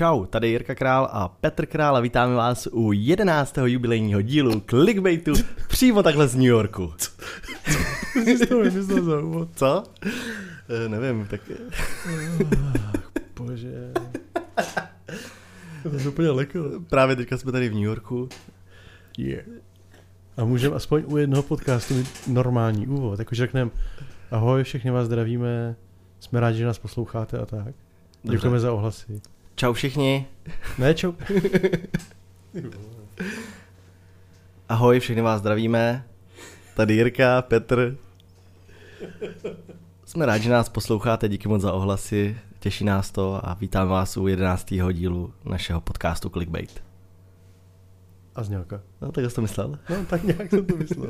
Čau, tady Jirka Král a Petr Král a vítáme vás u 11. jubilejního dílu Clickbaitu přímo takhle z New Yorku. Co jsi to vymyslel za úvod? Co? Nevím, tak... Bože. To je úplně lekl. Právě teďka jsme tady v New Yorku. Yeah. A můžeme aspoň u jednoho podcastu mít normální úvod. Jakože řekneme ahoj, všechny vás zdravíme, jsme rádi, že nás posloucháte a tak. Děkujeme za ohlasy. Čau všichni. Ne, čau. Ahoj, všechny vás zdravíme. Tady Jirka, Petr. Jsme rádi, že nás posloucháte, díky moc za ohlasy, těší nás to a vítáme vás u 11. dílu našeho podcastu Clickbait. A znělka. No, tak jsi to myslel? No, tak nějak jsem to myslel.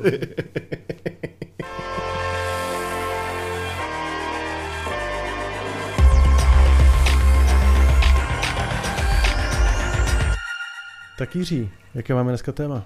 Tak Jiří, jaké máme dneska téma?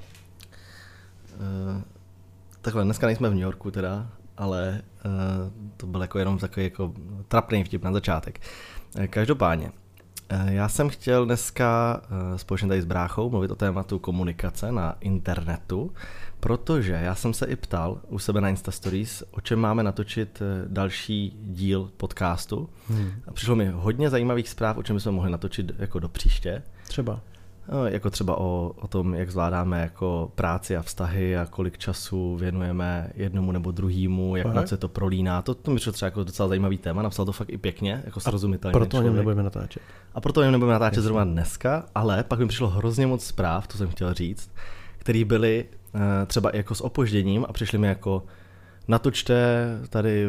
Takhle, dneska nejsme v New Yorku teda, ale to byl jako jenom takový jako trapný vtip na začátek. Každopádně, já jsem chtěl dneska společně tady s bráchou mluvit o tématu komunikace na internetu, protože já jsem se i ptal u sebe na Insta Stories, o čem máme natočit další díl podcastu. A přišlo mi hodně zajímavých zpráv, o čem bychom mohli natočit jako do příště. Třeba? Jako třeba o tom, jak zvládáme jako práci a vztahy a kolik času věnujeme jednomu nebo druhému, jak moc se to prolíná. To mi přišlo třeba jako docela zajímavý téma, napsal to fakt i pěkně, jako srozumitelně. Proto o něm nebudeme natáčet. A proto o něm nebudeme natáčet zrovna dneska, ale pak mi přišlo hrozně moc zpráv, to jsem chtěl říct, který byly třeba jako s opožděním a přišli mi jako natočte tady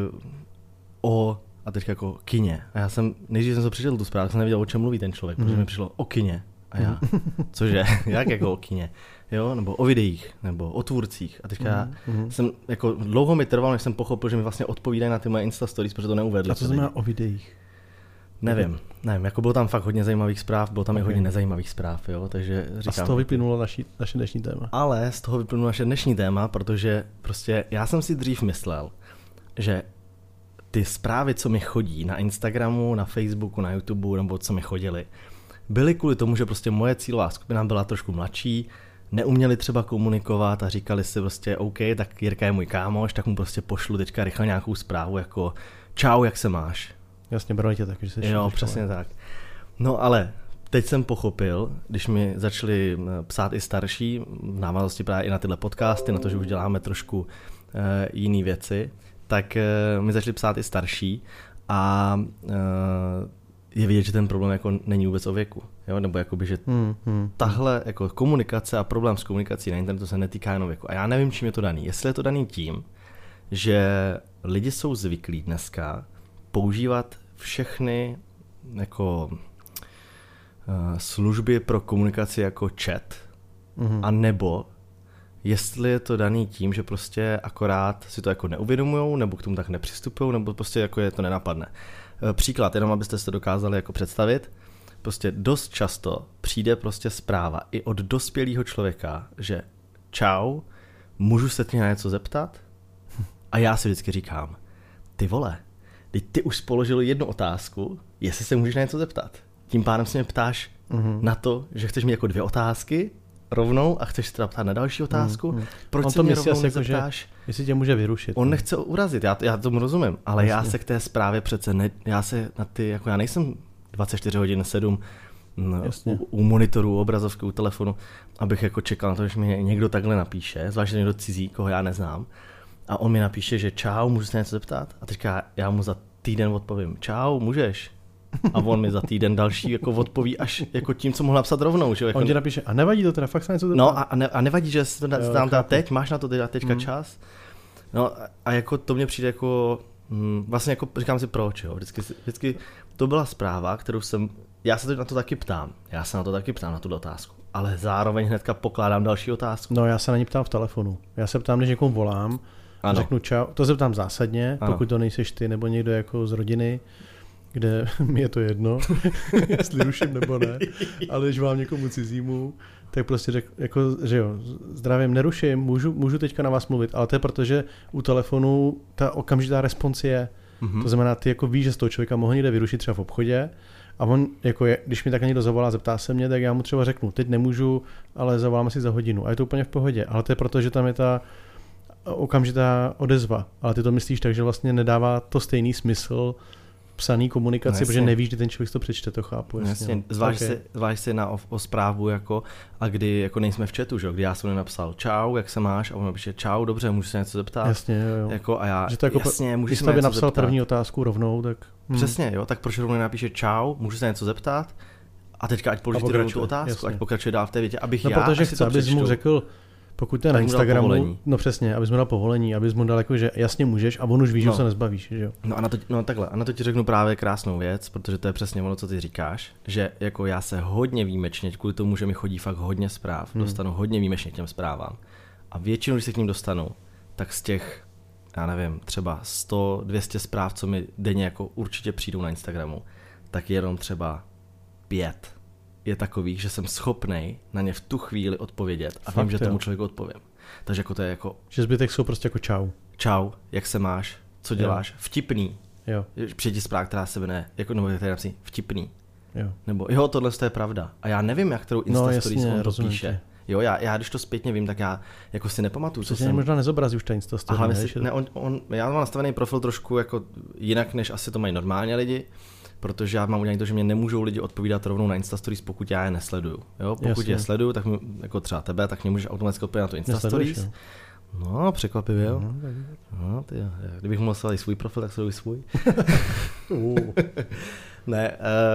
a teď jako kině. A já nejdřív jsem se přečetl tu zprávu, jsem nevěděl, o čem mluví ten člověk, protože mi přišlo o kině. A já, cože, jak jako o kině, jo, nebo o videích, nebo o tvůrcích. A teďka já jsem, jako dlouho mi trvalo, než jsem pochopil, že mi vlastně odpovídají na ty moje Insta Stories, protože to neuvedli. A co znamená o videích? Nevím, jako bylo tam fakt hodně zajímavých zpráv, bylo tam i hodně nezajímavých zpráv, jo, takže říkám. A z toho vyplynulo naše dnešní téma. Ale z toho vyplynulo naše dnešní téma, protože prostě já jsem si dřív myslel, že ty zprávy, co mi chodí na Instagramu, na Facebooku, na YouTube, nebo co mi chodily, byly kvůli tomu, že prostě moje cílová skupina byla trošku mladší, neuměli třeba komunikovat a říkali si prostě OK, tak Jirka je můj kámoš, tak mu prostě pošlu teďka rychle nějakou zprávu jako čau, jak se máš? Jasně, brali tě tak, že jsi Jo, přesně tak. No ale teď jsem pochopil, když mi začali psát i starší, v návaznosti právě i na tyhle podcasty, na to, že už děláme trošku jiné věci, tak mi začali psát i starší a je vidět, že ten problém jako není vůbec o věku. Jo? Nebo jakoby, že tahle jako komunikace a problém s komunikací na internetu se netýká jenom věku. A já nevím, čím je to daný. Jestli je to daný tím, že lidi jsou zvyklí dneska používat všechny jako služby pro komunikaci jako chat, a nebo jestli je to daný tím, že prostě akorát si to jako neuvědomujou, nebo k tomu tak nepřistupujou, nebo prostě jako je to nenapadne. Příklad, jenom abyste si to dokázali jako představit, prostě dost často přijde prostě zpráva i od dospělého člověka, že čau, můžu se tě na něco zeptat? A já si vždycky říkám, ty vole, teď ty už položil jednu otázku, jestli se můžeš na něco zeptat. Tím pádem se mě ptáš na to, že chceš mít jako 2 otázky rovnou a chceš se teda ptát na další otázku. Proč se mě rovnou nezeptáš? Jako, jestli tě může vyrušit. On nechce urazit, já tomu rozumím, ale já se k té zprávě přece já nejsem 24/7 u monitoru, obrazovky, u telefonu, abych jako čekal na to, že mi někdo takhle napíše, zvlášť někdo cizí, koho já neznám, a on mi napíše, že čau, můžu se něco zeptat? A teďka já mu za týden odpovím, čau, můžeš? A on mi za týden další jako odpoví až jako tím, co mohl napsat rovnou. Že? Jako... On ti napíše, a nevadí to teda, fakt se něco zeptat? No a nevadí, že se to dám teď, máš na to teďka čas? No a jako to mně přijde jako, vlastně jako říkám si proč, jo? Vždycky to byla zpráva, kterou já se na to taky ptám, na tu otázku, ale zároveň hnedka pokládám další otázku. No já se na ní ptám v telefonu, já se ptám, když někomu volám, řeknu čau, to se ptám zásadně, pokud to nejseš ty nebo někdo jako z rodiny, kde mi je to jedno, jestli ruším nebo ne, ale když vám někomu cizímu, tak prostě jako, že jo, zdravím, neruším, můžu teďka na vás mluvit, ale to je proto, že u telefonu ta okamžitá respons je. To znamená, ty jako víš, že z toho člověka mohl někde vyrušit třeba v obchodě A on, jako když mi tak někdo zavolá, zeptá se mě, tak já mu třeba řeknu, teď nemůžu, ale zavoláme si za hodinu. A je to úplně v pohodě. Ale to je proto, že tam je ta okamžitá odezva. Ale ty to myslíš tak, že vlastně nedává to stejný smysl psaný komunikaci, protože nevíš, kdy ten člověk to přečte, to chápu. Jasně. Zváž si o zprávu jako, a kdy jako nejsme v chatu, že? Kdy já jsem napsal čau, jak se máš, a on napíše čau, dobře, můžu se něco zeptat. Jasně, jo. Jako, a já, že to jako, jasně, můžu když se by něco napsal zeptat. první otázku rovnou, tak... Přesně, jo, tak proč rovnou napíše čau, můžu se něco zeptat, a teďka ať položí tu otázku, jasně. Ať pokračuje dál v té větě, abych protože chce, abys mu řekl, pokud to je na Instagramu, no přesně, abys mu dal povolení, abys mu dal jako, že jasně můžeš a on už ví, že se nezbavíš, že jo. A na to ti řeknu právě krásnou věc, protože to je přesně ono, co ty říkáš, že jako já se hodně výjimečně, kvůli tomu, že mi chodí fakt hodně zpráv, dostanu hodně výjimečně k těm zprávám. A většinou, když se k ním dostanu, tak z těch, já nevím, třeba 100-200 zpráv, co mi denně jako určitě přijdou na Instagramu, tak jenom třeba 5 je takových, že jsem schopnej na ně v tu chvíli odpovědět a vím, že tomu člověku odpovím. Takže jako to je jako... Že zbytek jsou prostě jako čau. Čau, jak se máš, co děláš, vtipný. Jo. Přijde zpráva, která se jmenuje, jako nebo tady napsí vtipný. Jo. Nebo jo, tohle je pravda. A já nevím, jak kterou Instastories on to píše. Jo, já když to zpětně vím, tak já jako si nepamatuju, co jsem... možná nezobrazí už ta Instastory. Já mám nastavený profil trošku jako jinak, než asi to mají normálně lidi. Protože já mám udělané to, že mě nemůžou lidi odpovídat rovnou na Instastories, pokud já je nesleduju. Jo? Pokud je sleduju, tak jako třeba tebe, tak mě můžeš automaticky odpovědět na to Instastories. No, překvapivě, jo. No, kdybych mohl sledovat i svůj profil, tak sleduji svůj. Ne,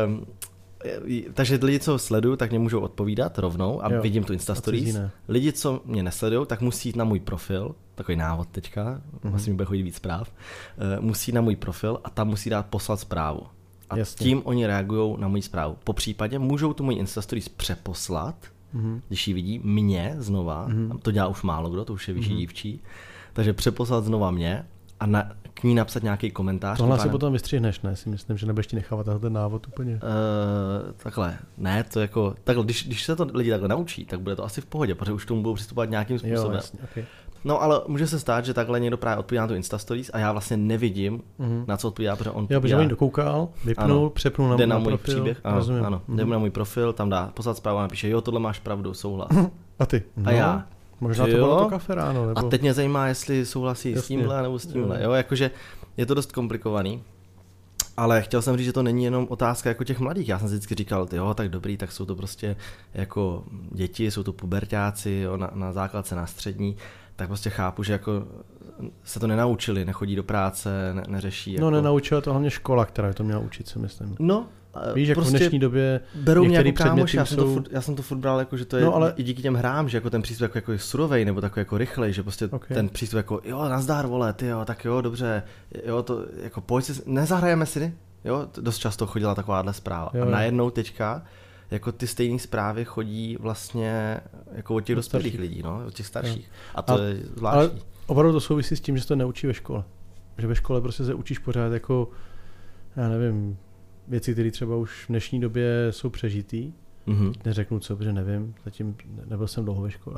takže lidi, co sleduju, tak mě můžou odpovídat rovnou a vidím tu Instastories. Lidi, co mě nesledují, tak musí jít na můj profil, takový návod teďka, asi mi bude chodit víc zpráv, musí na můj profil a tam musí dát poslat zprávu. A tím oni reagují na moji zprávu. Po případě můžou tu moji Instastories přeposlat, když ji vidí mě znova, to dělá už málo kdo, to už je vyšší dívčí, takže přeposlat znova mě a k ní napsat nějaký komentář. Tohle si potom vystřihneš, ne? Si myslím, že nebudeš ti nechávat ten návod úplně. Takhle, ne, to jako, takhle, když se to lidi takhle naučí, tak bude to asi v pohodě, protože už k tomu budou přistupovat nějakým způsobem. Jo, jasně, okay. No ale může se stát, že takhle někdo právě odpovídá na tu Instastories a já vlastně nevidím, na co odpovídá, protože on... Jo, protože on dokoukal, vypnul, přepnul na můj můj profil. Příběh, ano, jde na můj profil, tam dá poslat zprávu a napíše, jo, tohle máš pravdu, souhlas. A ty? A já. Možná to bylo to kafe ráno, nebo... A teď mě zajímá, jestli souhlasí s tímhle nebo s tímhle, jo, jakože je to dost komplikovaný. Ale chtěl jsem říct, že to není jenom otázka jako těch mladých. Já jsem si vždycky říkal, jo, tak dobrý, tak jsou to prostě jako děti, jsou to puberťáci, jo, na základce, na střední, tak prostě chápu, že jako se to nenaučili, nechodí do práce, neřeší. Jako... No nenaučila to hlavně škola, která to měla učit, si myslím. No, víš, jako prostě v dnešní době berou mě jako kámoš, já jsem to furt bral jako, že to je ale... i díky těm hrám, že jako ten přístup jako je surovej nebo takový jako rychlej, že prostě ten přístup jako jo, nazdar vole, ty jo, tak jo, dobře, jo, to jako pojď si, nezahrajeme si, jo, dost často chodila takováhle zpráva. A najednou teďka jako ty stejné zprávy chodí vlastně jako od těch dospělých lidí, no, od těch starších. A to je zvláštní. Ale opravdu to souvisí s tím, že se to neučí ve škole. Že ve škole prostě se učíš pořád jako, já nevím, věci, které třeba už v dnešní době jsou přežitý. Neřeknu co, protože nevím, zatím nebyl jsem dlouho ve škole.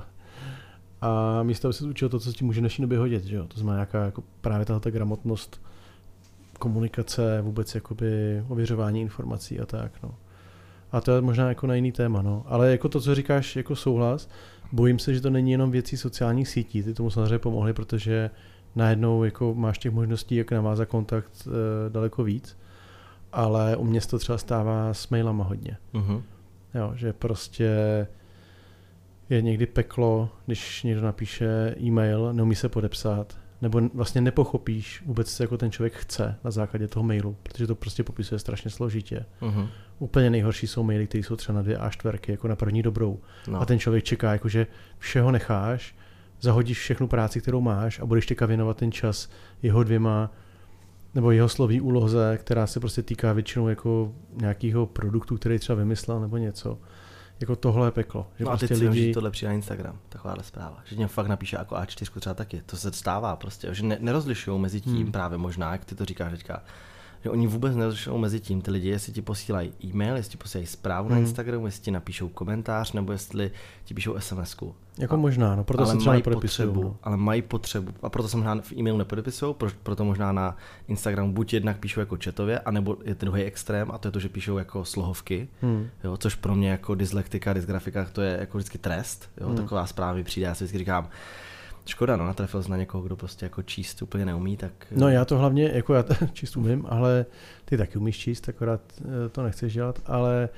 A místo, aby se učil to, co ti může v dnešní době hodit, že jo? To znamená nějaká jako právě tato gramotnost, komunikace, vůbec jakoby ověřování informací a tak, no. A to je možná jako na jiný téma, no. Ale jako to, co říkáš, jako souhlas, bojím se, že to není jenom věcí sociálních sítí, ty tomu samozřejmě pomohly, protože najednou jako máš těch možností, jak navázat kontakt daleko víc, ale u mě se to třeba stává s mailama hodně. Jo, že prostě je někdy peklo, když někdo napíše e-mail, neumí se podepsat, nebo vlastně nepochopíš vůbec, co jako ten člověk chce na základě toho mailu, protože to prostě popisuje strašně složitě. Úplně nejhorší jsou maily, které jsou třeba na 2 A4, jako na první dobrou. No. A ten člověk čeká, jako, že všeho necháš, zahodíš všechnu práci, kterou máš a budeš teďka věnovat ten čas jeho 2 nebo jeho slovní úloze, která se prostě týká většinou jako nějakého produktu, který třeba vymyslel nebo něco. Jako tohle je peklo. Že no prostě a teď lidi... si tohle přijde na Instagram, takováhle zpráva. Že mě fakt napíše jako A4 třeba taky. To se stává prostě, že nerozlišují mezi tím právě možná, jak ty to říkáš teďka, že oni vůbec nerozlišují mezi tím, ty lidi, jestli ti posílají e-mail, jestli ti posílají zprávu na Instagramu, jestli ti napíšou komentář, nebo jestli ti píšou SMS-ku. Jako možná, no, proto se třeba nepodepisují. No. Ale mají potřebu, a proto se možná v e-mailu nepodepisují, proto možná na Instagramu buď jednak píšou jako chatově, anebo je ten druhý extrém, a to je to, že píšou jako slohovky, jo, což pro mě jako dyslektika, dysgrafika, to je jako vždycky trest, jo, taková zpráva mi přijde, já si vždycky říkám, škoda, no, natrefil jsi na někoho, kdo prostě jako číst úplně neumí, tak... No já to hlavně, jako já číst umím, ale ty taky umíš číst, akorát to nechceš dělat, ale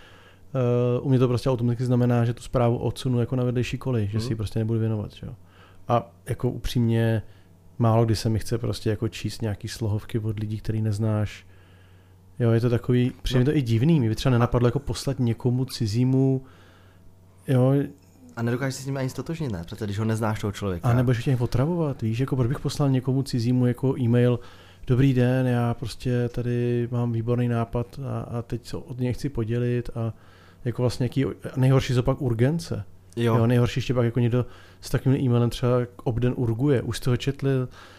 u mě to prostě automaticky znamená, že tu zprávu odsunu jako na vedlejší kolej, že si ji prostě nebudu věnovat, jo. A jako upřímně málo kdy se mi chce prostě jako číst nějaký slohovky od lidí, který neznáš. Jo, je to takový, přijde mi to i divný, mě by třeba nenapadlo jako poslat někomu cizímu, jo. A nedokážeš si s ním ani stotožnit, ne? Protože když ho neznáš toho člověka. A nebo že tě otravovat, víš, jako proč bych poslal někomu cizímu jako e-mail, dobrý den, já prostě tady mám výborný nápad a teď se od něj chci podělit a jako vlastně jaký, nejhorší jsou pak urgence. Jo, nejhorší ještě pak jako někdo s takovým e-mailem třeba obden urguje, už jste ho četli,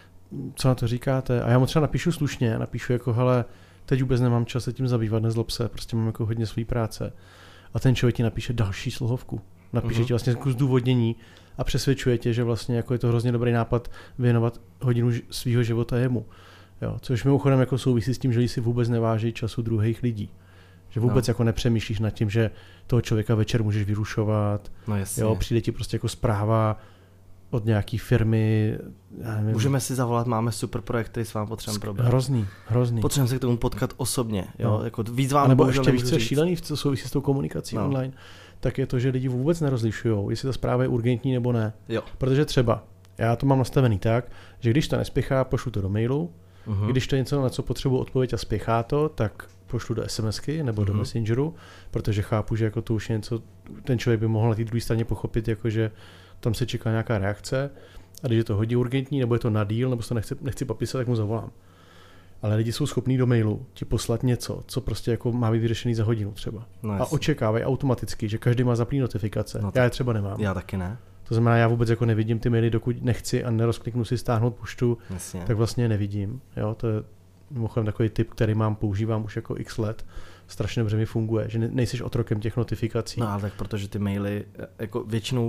co na to říkáte, a já mu třeba napíšu slušně, napíšu jako hele, teď vůbec nemám čas se tím zabývat, nezlob se, prostě mám jako hodně své práce a ten člověk ti napíše další slohovku. Napíše ti vlastně kus zdůvodnění a přesvědčuje tě, že vlastně jako je to hrozně dobrý nápad věnovat hodinu svého života jemu. Jo, což mimochodem jako souvisí s tím, že si vůbec neváží času druhých lidí. Že vůbec jako nepřemýšlíš nad tím, že toho člověka večer můžeš vyrušovat. No jasně. Jo, přijde ti prostě jako zpráva od nějaký firmy. Já nevím. Můžeme si zavolat, máme super projekt, který s vámi potřebujeme probrat. Hrozný. Potřebujeme se k tomu potkat osobně. Jo? No. Jako víc vám nebo ještě víc, co je šílený, co souvisí s tou komunikací online, tak je to, že lidi vůbec nerozlišují, jestli ta zpráva je urgentní nebo ne. Jo. Protože třeba, já to mám nastavený tak, že když to nespěchá, pošlu to do mailu, když to je něco, na co potřebuji odpověď a spěchá to, tak pošlu do SMSky nebo do Messengeru, protože chápu, že jako to už je něco, ten člověk by mohl na té druhé straně pochopit, jako že tam se čeká nějaká reakce a když je to hodně urgentní, nebo je to na díl, nebo to nechci popisat, tak mu zavolám. Ale lidi jsou schopní do mailu ti poslat něco, co prostě jako má být vyřešený za hodinu třeba. No, a očekávají automaticky, že každý má zaplý notifikace. No, já je třeba nemám. Já taky ne. To znamená, já vůbec jako nevidím ty maily, dokud nechci a nerozkliknu si stáhnout poštu, tak vlastně nevidím. Jo, to je mimochodem takový tip, který používám už jako x let. Strašně dobře mi funguje, že nejsiš otrokem těch notifikací. No ale tak protože ty maily, jako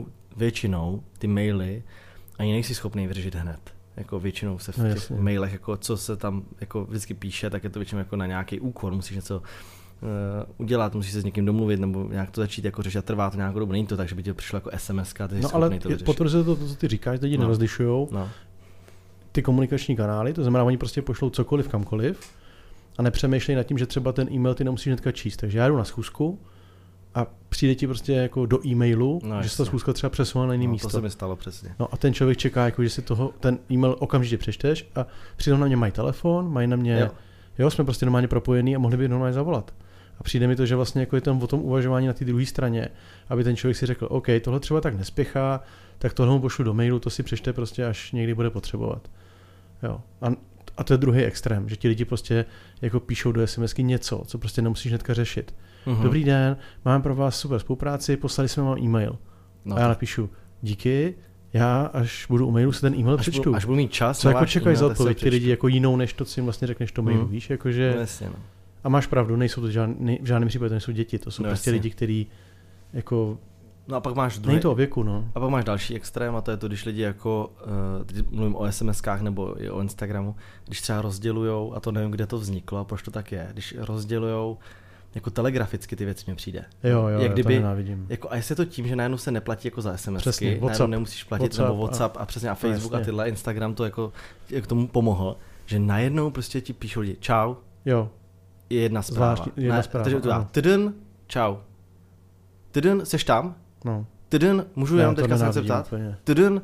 většinou ty maily ani nejsi schopný vyřešit hned. Jako většinou se v těch mailech, jako co se tam jako vždycky píše, tak je to většinou jako na nějaký úkor, musíš něco udělat, musíš se s někým domluvit nebo nějak to začít jako řešit a trvá to nějakou dobu. Není to tak, že by ti přišlo jako SMS-ka, ty jsi schopný to vyřešit. Potvrzuje to, co ty říkáš, lidi nerozlišujou ty komunikační kanály, to znamená, oni prostě pošlou cokoliv kamkoliv a nepřemýšlej nad tím, že třeba ten e-mail ty nemusíš hnedka číst. Takže já jdu na schůzku a přijde ti prostě jako do e-mailu, že se ta schůzka třeba přesune na jiný místo. To se mi stalo přesně. No a ten člověk čeká, jako, že si ten e-mail okamžitě přečteš a přitom na mě mají telefon, mají na mě, jo, jsme prostě normálně propojení a mohli by normálně zavolat. A přijde mi to, že vlastně jako je tam o tom uvažování na té druhé straně, aby ten člověk si řekl, OK, tohle třeba tak nespěchá, tak tohle mu pošlu do mailu, to si přečte prostě, až někdy bude potřebovat. Jo. A to je druhý extrém, že ti lidi prostě jako píšou do SMSky něco, co prostě nemusíš hnedka řešit. Dobrý den, máme pro vás super spolupráci, poslali jsme vám e-mail. A já napíšu, díky, já až budu u mailu se ten e-mail přečtu. Až budu mít čas. Co jako čekají za odpověď ty lidi jako jinou, než to, co jim vlastně řekneš to mailu, víš, jakože... No. A máš pravdu, nejsou to v žádném případě, to nejsou děti, to jsou prostě lidi, kteří jako... No a pak máš druhý... Není to o věku, no. A pak máš další extrém a to je to, když lidi jako, teď mluvím o SMSkách nebo i o Instagramu, když třeba rozdělujou, a to nevím, kde to vzniklo a proč to tak je, když rozdělujou jako telegraficky ty věci mi přijde. Jo, jak kdyby, to nenávidím. Jako, a jestli je to tím, že najednou se neplatí jako za SMSky, přesně, najednou nemusíš platit WhatsApp, nebo WhatsApp a přesně a Facebook a tyhle, Instagram to jako k tomu pomohl, že najednou prostě ti píšou lidi, čau, jo. Je jedna zpráva. Takže to dá, tyden, čau. Tyden, seš tam? No. Tyden, můžu jenom teďka se zeptat? Tyden,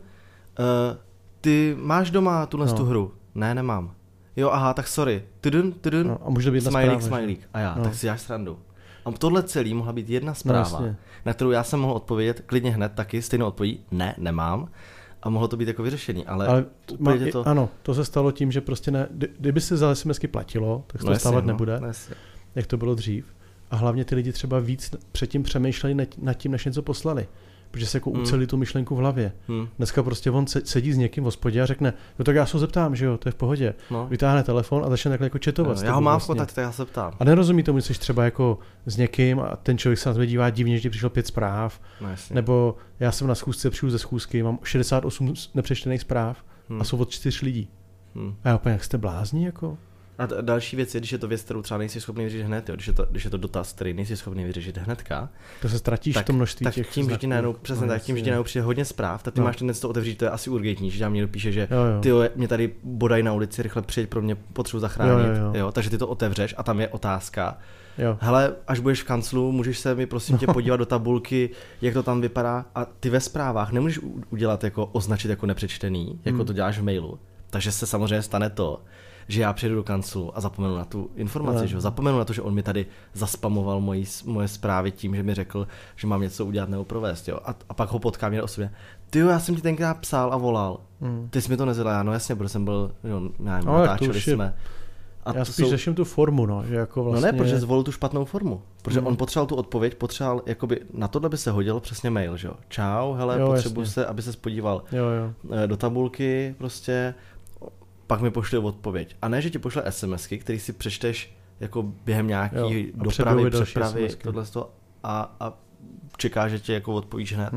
ty máš doma tu hru? Ne, nemám. Jo, aha, tak sorry. Tyden, no, a může to být smajlík. A já, tak si děláš srandu. A tohle celý mohla být jedna zpráva, na kterou já jsem mohl odpovědět klidně hned taky, stejnou odpověď, ne, nemám. A mohlo to být jako vyřešený, ale to... Ano, to se stalo tím, že prostě ne, kdyby se za SMSky platilo, tak se to stávat nebude, jak to bylo dřív. A hlavně ty lidi třeba víc předtím přemýšleli nad tím, než něco poslali. protože se jako ucelí tu myšlenku v hlavě. Dneska prostě on sedí s někým v hospodě a řekne, no tak já se ho zeptám, že jo, to je v pohodě. No. Vytáhne telefon a začne takhle jako chatovat. Já ho mám v kontaktu, tak já se ptám. A nerozumí tomu, že jsi třeba jako s někým a ten člověk se na tebe dívá divně, že ti přišlo 5 zpráv. No, nebo já jsem na schůzce, přijdu ze schůzky, mám 68 nepřečtených zpráv a jsou od 4 lidí. A já úplně, jak jste blázni jako? A další věc je, když je to věc, kterou třeba nejsi schopný vyřešit hned, jo? Když je to dotaz, který nejsi schopný vyřešit hnedka, to se ztratíš v tom množství tak těch tím, že ti najednou, přesně tak, tím, že ti najednou přijde hodně zpráv, tak ty máš tendenci to otevřít, to je asi urgentní, že mě dopíše, že ty mě tady bodají na ulici, rychle přijeď pro mě, potřebuji zachránit, jo? Takže ty to otevřeš a tam je otázka. Jo. Hele, až budeš v kanclu, můžeš se mi prosím tě podívat do tabulky, jak to tam vypadá, a ty ve zprávách nemůžeš udělat jako označit jako nepřečtený, jako to děláš v mailu. Takže se samozřejmě stane to, že já přijedu do kanclu a zapomenu na tu informaci, že? Zapomenu na to, že on mi tady zaspamoval moje zprávy tím, že mi řekl, že mám něco udělat nebo provést, jo? A pak ho potkám jen o sobě. Tyjo, já jsem ti tenkrát psal a volal. Ty jsi mi to nezvedla, no jasně, protože jsem byl, natáčeli jsme. A já spíš řeším tu formu, no, že jako vlastně... No ne, protože zvolil tu špatnou formu, protože on potřeboval tu odpověď, jakoby, na tohle by se hodil přesně mail, že jo. Čau, hele, potřebuji se, aby ses podíval do tabulky prostě, pak mi pošle odpověď. A ne, že ti pošle SMSky, který si přečteš jako během nějaký dopravy, přepravy, tohleto a čeká, že tě jako odpovíš hned.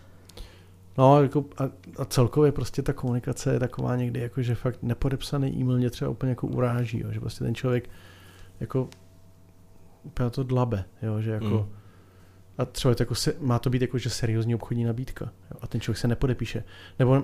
No, jako a celkově prostě ta komunikace je taková někdy, jako, že fakt nepodepsaný e-mail mě třeba úplně jako uráží, jo, že prostě ten člověk jako úplně to dlabe, jo, že jako a třeba to jako má to být jako, že seriózní obchodní nabídka, jo, a ten člověk se nepodepíše. Nebo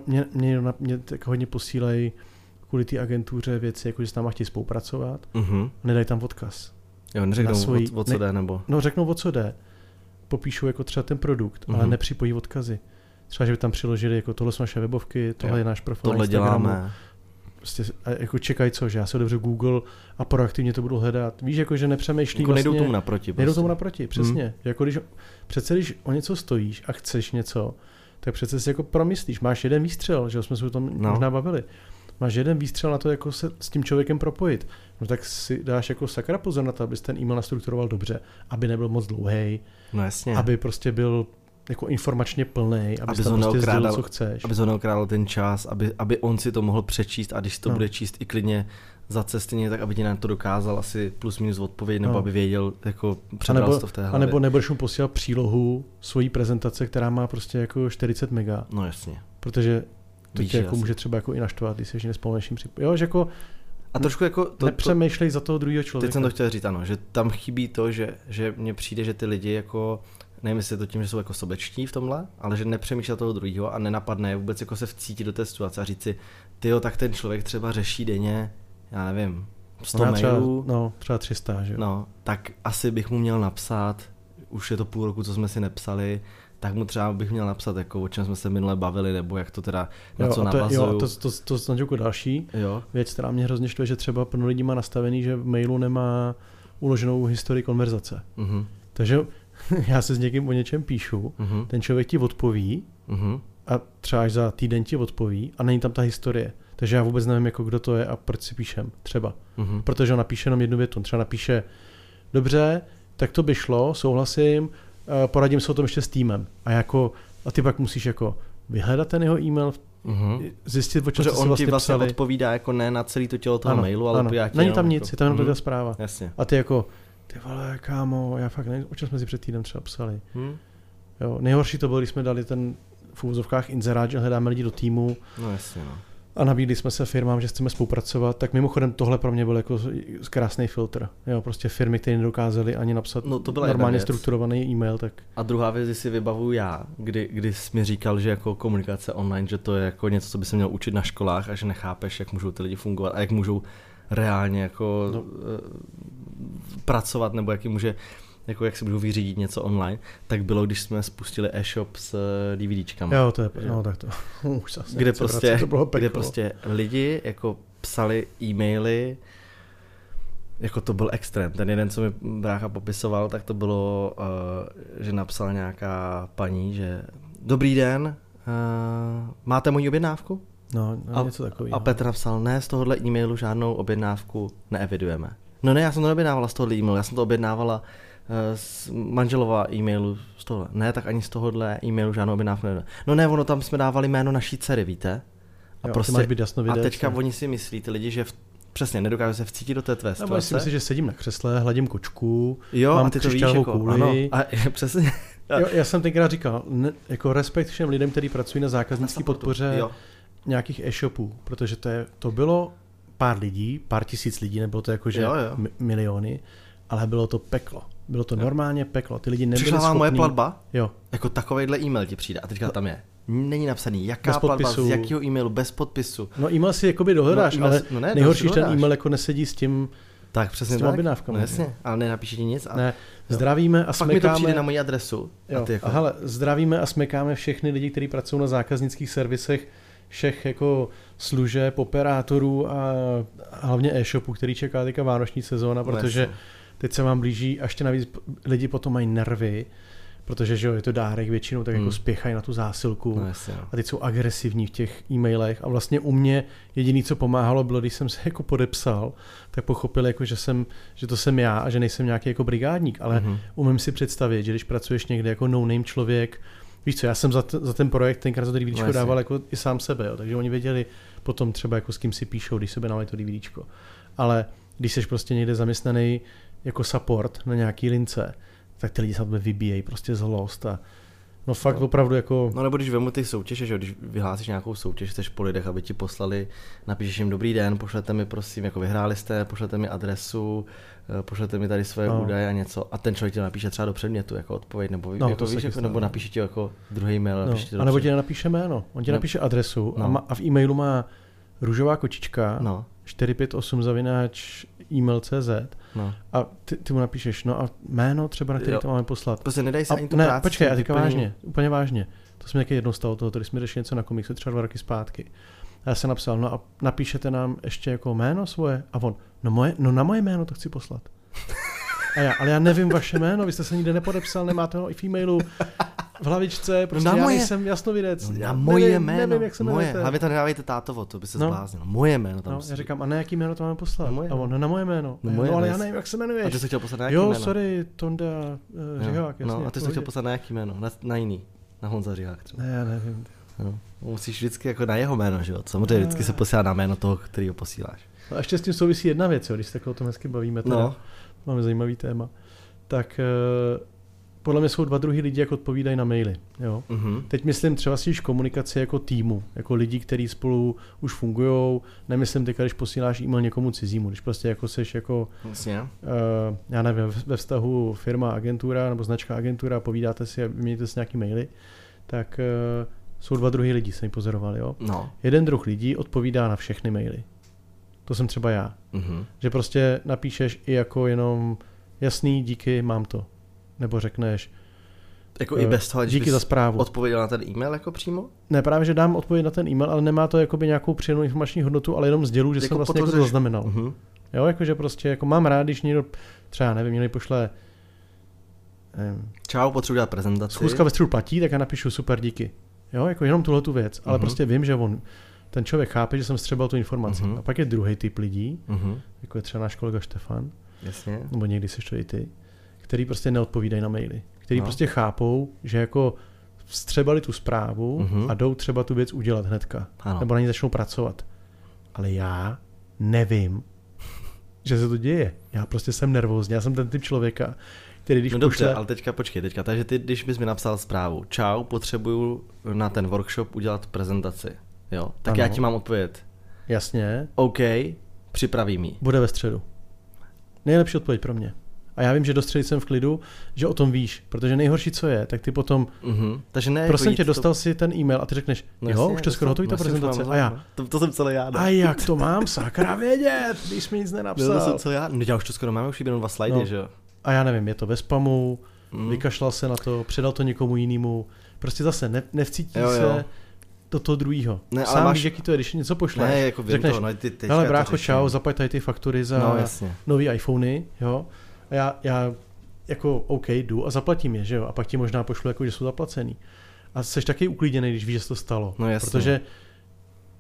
mě tak hodně posílají kvůli té agentuře věci, jako že s náma chtějí spolupracovat a nedají tam odkaz. Jo, neřeknou o co jde, nebo? No, řeknou o co jde, popíšou jako třeba ten produkt, ale nepřipojí odkazy. Třeba, že by tam přiložili, jako tohle jsou naše webovky, tohle je náš profil na Instagramu. Děláme. Prostě jako čekají co, že já se otevřu Google a proaktivně to budu hledat. Víš, jako že nepřemýšlí jako vlastně. Nejdou tomu naproti. Nejdou tomu naproti, přesně. Jako když o něco stojíš a chceš něco, tak přece si jako promyslíš. Máš jeden výstřel, že jsme se o tom možná bavili. Máš jeden výstřel na to, jako se s tím člověkem propojit. No tak si dáš jako sakra pozor na to, abys ten e-mail nastrukturoval dobře, aby nebyl moc dlouhý. No jasně. Aby prostě byl jako informačně plný, aby tam prostě sdělil, co chceš. Aby to neokrádal ten čas, aby on si to mohl přečíst a když to bude číst i klidně za cesty, tak aby ti na to dokázal asi plus minus odpovědět, nebo aby věděl, jako předal to v té hlavě. A nebo nebudeš mu posílat přílohu svojí prezentace, která má prostě jako 40 mega. No jasně. Protože to tě jako může třeba jako i naštvat, když jsi nespolnejším jo, že jako a trošku jako nepřemýšlej za toho druhého člověka. Teď jsem to chtěl říct, ano, že tam chybí to, že mně přijde, že ty lidi jako nevím, jestli je to tím, že jsou jako sobečtí v tomhle, ale že nepřemýšlí toho druhého a nenapadne vůbec jako se vcítit do té situace a říct si, tyjo, tak ten člověk třeba řeší denně, já nevím, 100 mailů. Třeba 300, že jo. No, tak asi bych mu měl napsat, už je to půl roku, co jsme si nepsali, tak mu třeba bych měl napsat, jako o čem jsme se minule bavili, nebo jak to teda, na co navazuju. To snad jako další věc, která mě hrozně štve, že třeba plno lidí má nastavený, že v mailu nemá uloženou historii konverzace. Takže já se s někým o něčem píšu, ten člověk ti odpoví a třeba až za týden ti odpoví a není tam ta historie. Takže já vůbec nevím, jako kdo to je a proč si píšem, třeba. Protože on napíše jenom jednu větu. Třeba napíše, dobře, tak to by šlo, souhlasím, poradím se o tom ještě s týmem. A ty pak musíš jako vyhledat ten jeho e-mail, zjistit, o čem jsi vlastně psali. On ti odpovídá jako ne na celý to tělo toho mailu, ale já ti není tam nic, je tam jenom ta zpráva. Jasně. A ty jako ty vole, kámo, já fakt nevím, o čem jsme si před týdnem třeba psali. Jo, nejhorší to bylo, když jsme dali ten v úvozovkách inzerát, že hledáme lidi do týmu. No jasně, no. A nabídli jsme se firmám, že chceme spolupracovat, tak mimochodem tohle pro mě byl jako krásný filtr. Jo, prostě firmy, které nedokázaly ani napsat normálně strukturovaný e-mail. Tak... A druhá věc, si vybavuju já, kdy jsi mi říkal, že jako komunikace online, že to je jako něco, co by se měl učit na školách a že nechápeš, jak můžou ty lidi fungovat a jak můžou reálně jako pracovat, nebo jak si můžou vyřídit něco online, tak bylo, když jsme spustili e-shop s DVDčkama. Jo, to je, no tak to už zase kde prostě lidi jako psali e-maily, jako to byl extrém. Ten jeden, co mi brácha popisoval, tak to bylo, že napsala nějaká paní, že dobrý den, máte moji objednávku? No, něco takového. A Petr napsal, ne, z tohohle e-mailu žádnou objednávku neevidujeme. No ne, já jsem to neobjednávala z tohohle e-mailu, já jsem to objednávala manželová e-mailu z tohle. Ne, tak ani z tohohle e-mailu žádnou objednávku nedá. No ne, ono tam jsme dávali jméno naší dcery, víte? A jo, prostě, máš být jasnovidec, a teďka oni si myslí, ty lidi, že přesně nedokážu se vcítit do té tvé situace. Já si myslím, že sedím na křesle, hladím kočku, jo, mám a ty to víš, jako, kouli. Ano, a přesně. Jo, já jsem tenkrát říkal, jako respekt všem lidem, kteří pracují na zákaznické podpoře nějakých e-shopů, protože to bylo pár lidí, pár tisíc lidí, nebylo to jako, že miliony, ale bylo to peklo. Bylo to normálně peklo. Ty lidi nebyli schopní. Moje platba? Jo. Jako takovejhle e-mail ti přijde a teďka tam je. Není napsaný, jaká platba, z jakého e-mailu, bez podpisu. No e-mail si jakoby dohledáš, ale nejhorší, že ten e-mail jako nesedí s tím, tak přesně s těma objednávkama. No jasně, ale nenapíše ti nic. Ne, zdravíme a smekáme. Pak mi to přijde na moji adresu. Jo, a hele, zdravíme a smekáme všechny lidi, kteří pracují na zákaznických servisech, všech jako služeb, operátorů a hlavně e-shopů, který čeká teďka vánoční sezóna, protože teď se vám blíží a ještě navíc lidi potom mají nervy, protože že jo, je to dárek většinou, tak jako spěchají na tu zásilku a teď jsou agresivní v těch e-mailech a vlastně u mě jediný, co pomáhalo, bylo, když jsem se jako podepsal, tak pochopil, jako, že to jsem já a že nejsem nějaký jako brigádník, ale umím si představit, že když pracuješ někde jako no-name člověk, víš co, já jsem za ten projekt tenkrát za to DVDčko dával jako i sám sebe, jo, takže oni věděli potom třeba jako s kým si píšou, když sebe nalej to DVDčko. Ale když jsi prostě někde zaměstnaný jako support na nějaký lince, tak ty lidi se na tebe vybíjejí, prostě zlost a no fakt opravdu jako... No nebo když vemu ty soutěže, že když vyhlásíš nějakou soutěž, chceš po lidech, aby ti poslali, napíšeš jim dobrý den, pošlete mi prosím, jako vyhráli jste, pošlete mi adresu, pošlete mi tady své údaje a něco a ten člověk ti napíše třeba do předmětu jako odpověď, nebo, jako víš, jako, nebo napíše ti jako druhý mail. A nebo ti nenapíše jméno, on ti napíše adresu a v e-mailu má růžová kočička 458 @email.cz a ty mu napíšeš, no a jméno třeba, na který to máme poslat. Prostě nedaj se ani tu práci. Počkej, a teďka vážně, úplně vážně. To jsme někdy jednou stalo toho, když jsme řešili něco na komiksu, třeba 2 roky zpátky. A já jsem napsal, no a napíšete nám ještě jako jméno svoje? A on, no na moje jméno to chci poslat. Ale já nevím vaše jméno, vy jste se nikde nepodepsal, nemáte ho i v e-mailu, v hlavičce, prostě já nejsem jasnovidec. Na moje jméno, nevím, jak se jmenujete. Hlavně to nedávejte tátovo, to by se zbláznilo. Moje jméno tam. Já říkám, a na jaký jméno to máme poslat? A on, na moje jméno. No ale já nevím, jak se jmenuješ. A ty jsi chtěl poslat na jaký jméno? Jo, sorry, Tonda Řihák, jasně. No, a ty jsi chtěl poslat na jaký jméno? Na jiný. Na Honza Řihák třeba. Ne, já nevím. No, musíš vždycky jako na jeho jméno, že jo? Samozřejmě vždycky se posílá na jméno toho, kterýho posíláš. No a ještě s tím souvisí jedna věc, jo, když se takhle o tom hezky bavíme, teda, máme zajímavý téma. Tak podle mě jsou 2 druhy lidí, jak odpovídají na maily. Jo? Teď myslím třeba si komunikaci jako týmu, jako lidi, kteří spolu už fungujou. Nemyslím teď, když posíláš e-mail někomu cizímu, když prostě jako seš jako, já nevím, ve vztahu firma, agentura nebo značka agentura, povídáte si a vyměníte si nějaký maily, tak jsou 2 druhy lidí, jsem pozoroval. Jo? No. Jeden druh lidí odpovídá na všechny maily. To jsem třeba já. Že prostě napíšeš i jako jenom jasný, díky, mám to. Nebo řekneš jako i bez toho, díky za zprávu. Odpověděl na ten e-mail jako přímo? Ne, právě, že dám odpověď na ten e-mail, ale nemá to jakoby nějakou přidanou informační hodnotu, ale jenom sdělu, že jako jsem vlastně jako to zaznamenal. Jo, jakože prostě jako mám rád, když někdo třeba, nevím, někdo pošle čau, potřebuji dělat prezentaci. Schůzka ve středu platí, tak já napíšu super, díky. Jo, jako jenom tuhletu věc, ale prostě vím, že ten člověk chápe, že jsem střebal tu informaci. A pak je druhý typ lidí, jako je třeba náš kolega Štefan, jasně. Nebo někdy seš to i ty, který prostě neodpovídají na maily. Který prostě chápou, že jako vstřebali tu zprávu a jdou třeba tu věc udělat hnedka. Ano. Nebo na ní začnou pracovat. Ale já nevím, že se to děje. Já prostě jsem nervózní. Já jsem ten typ člověka, který když dobře, ale teďka takže ty, když bys mi napsal zprávu, čau, potřebuju na ten workshop udělat prezentaci. Jo, tak já ti mám odpovědět. Jasně. OK, připravím ji. Bude ve středu. Nejlepší odpověď pro mě. A já vím, že do středy jsem v klidu, že o tom víš, protože nejhorší, co je, tak ty potom, takže ne, prosím tě, dostal si ten e-mail a ty řekneš, jo, už to skoro hotový ta prezentace. A já, to jsem celé já. A jak to mám, sakra vědět, když mi nic nenapsal. To jsem celé já, no já už to skoro máme, už jenom 2 slajdy, že jo. A já nevím, je to ve spamu, vykašlal se na to, předal to někomu jinému, prostě zase nevcítí se do toho druhýho. Ne, sám víš, jaký to je, když něco pošleš. Ne, jako řekneš, to, hele brácho, čau, zaplať tady ty faktury za nový iPhony, jo. A já jako OK, jdu a zaplatím je, že jo. A pak ti možná pošlu, jako, že jsou zaplacený. A jsi taky uklidněný, když víš, že se to stalo. No jasně. Protože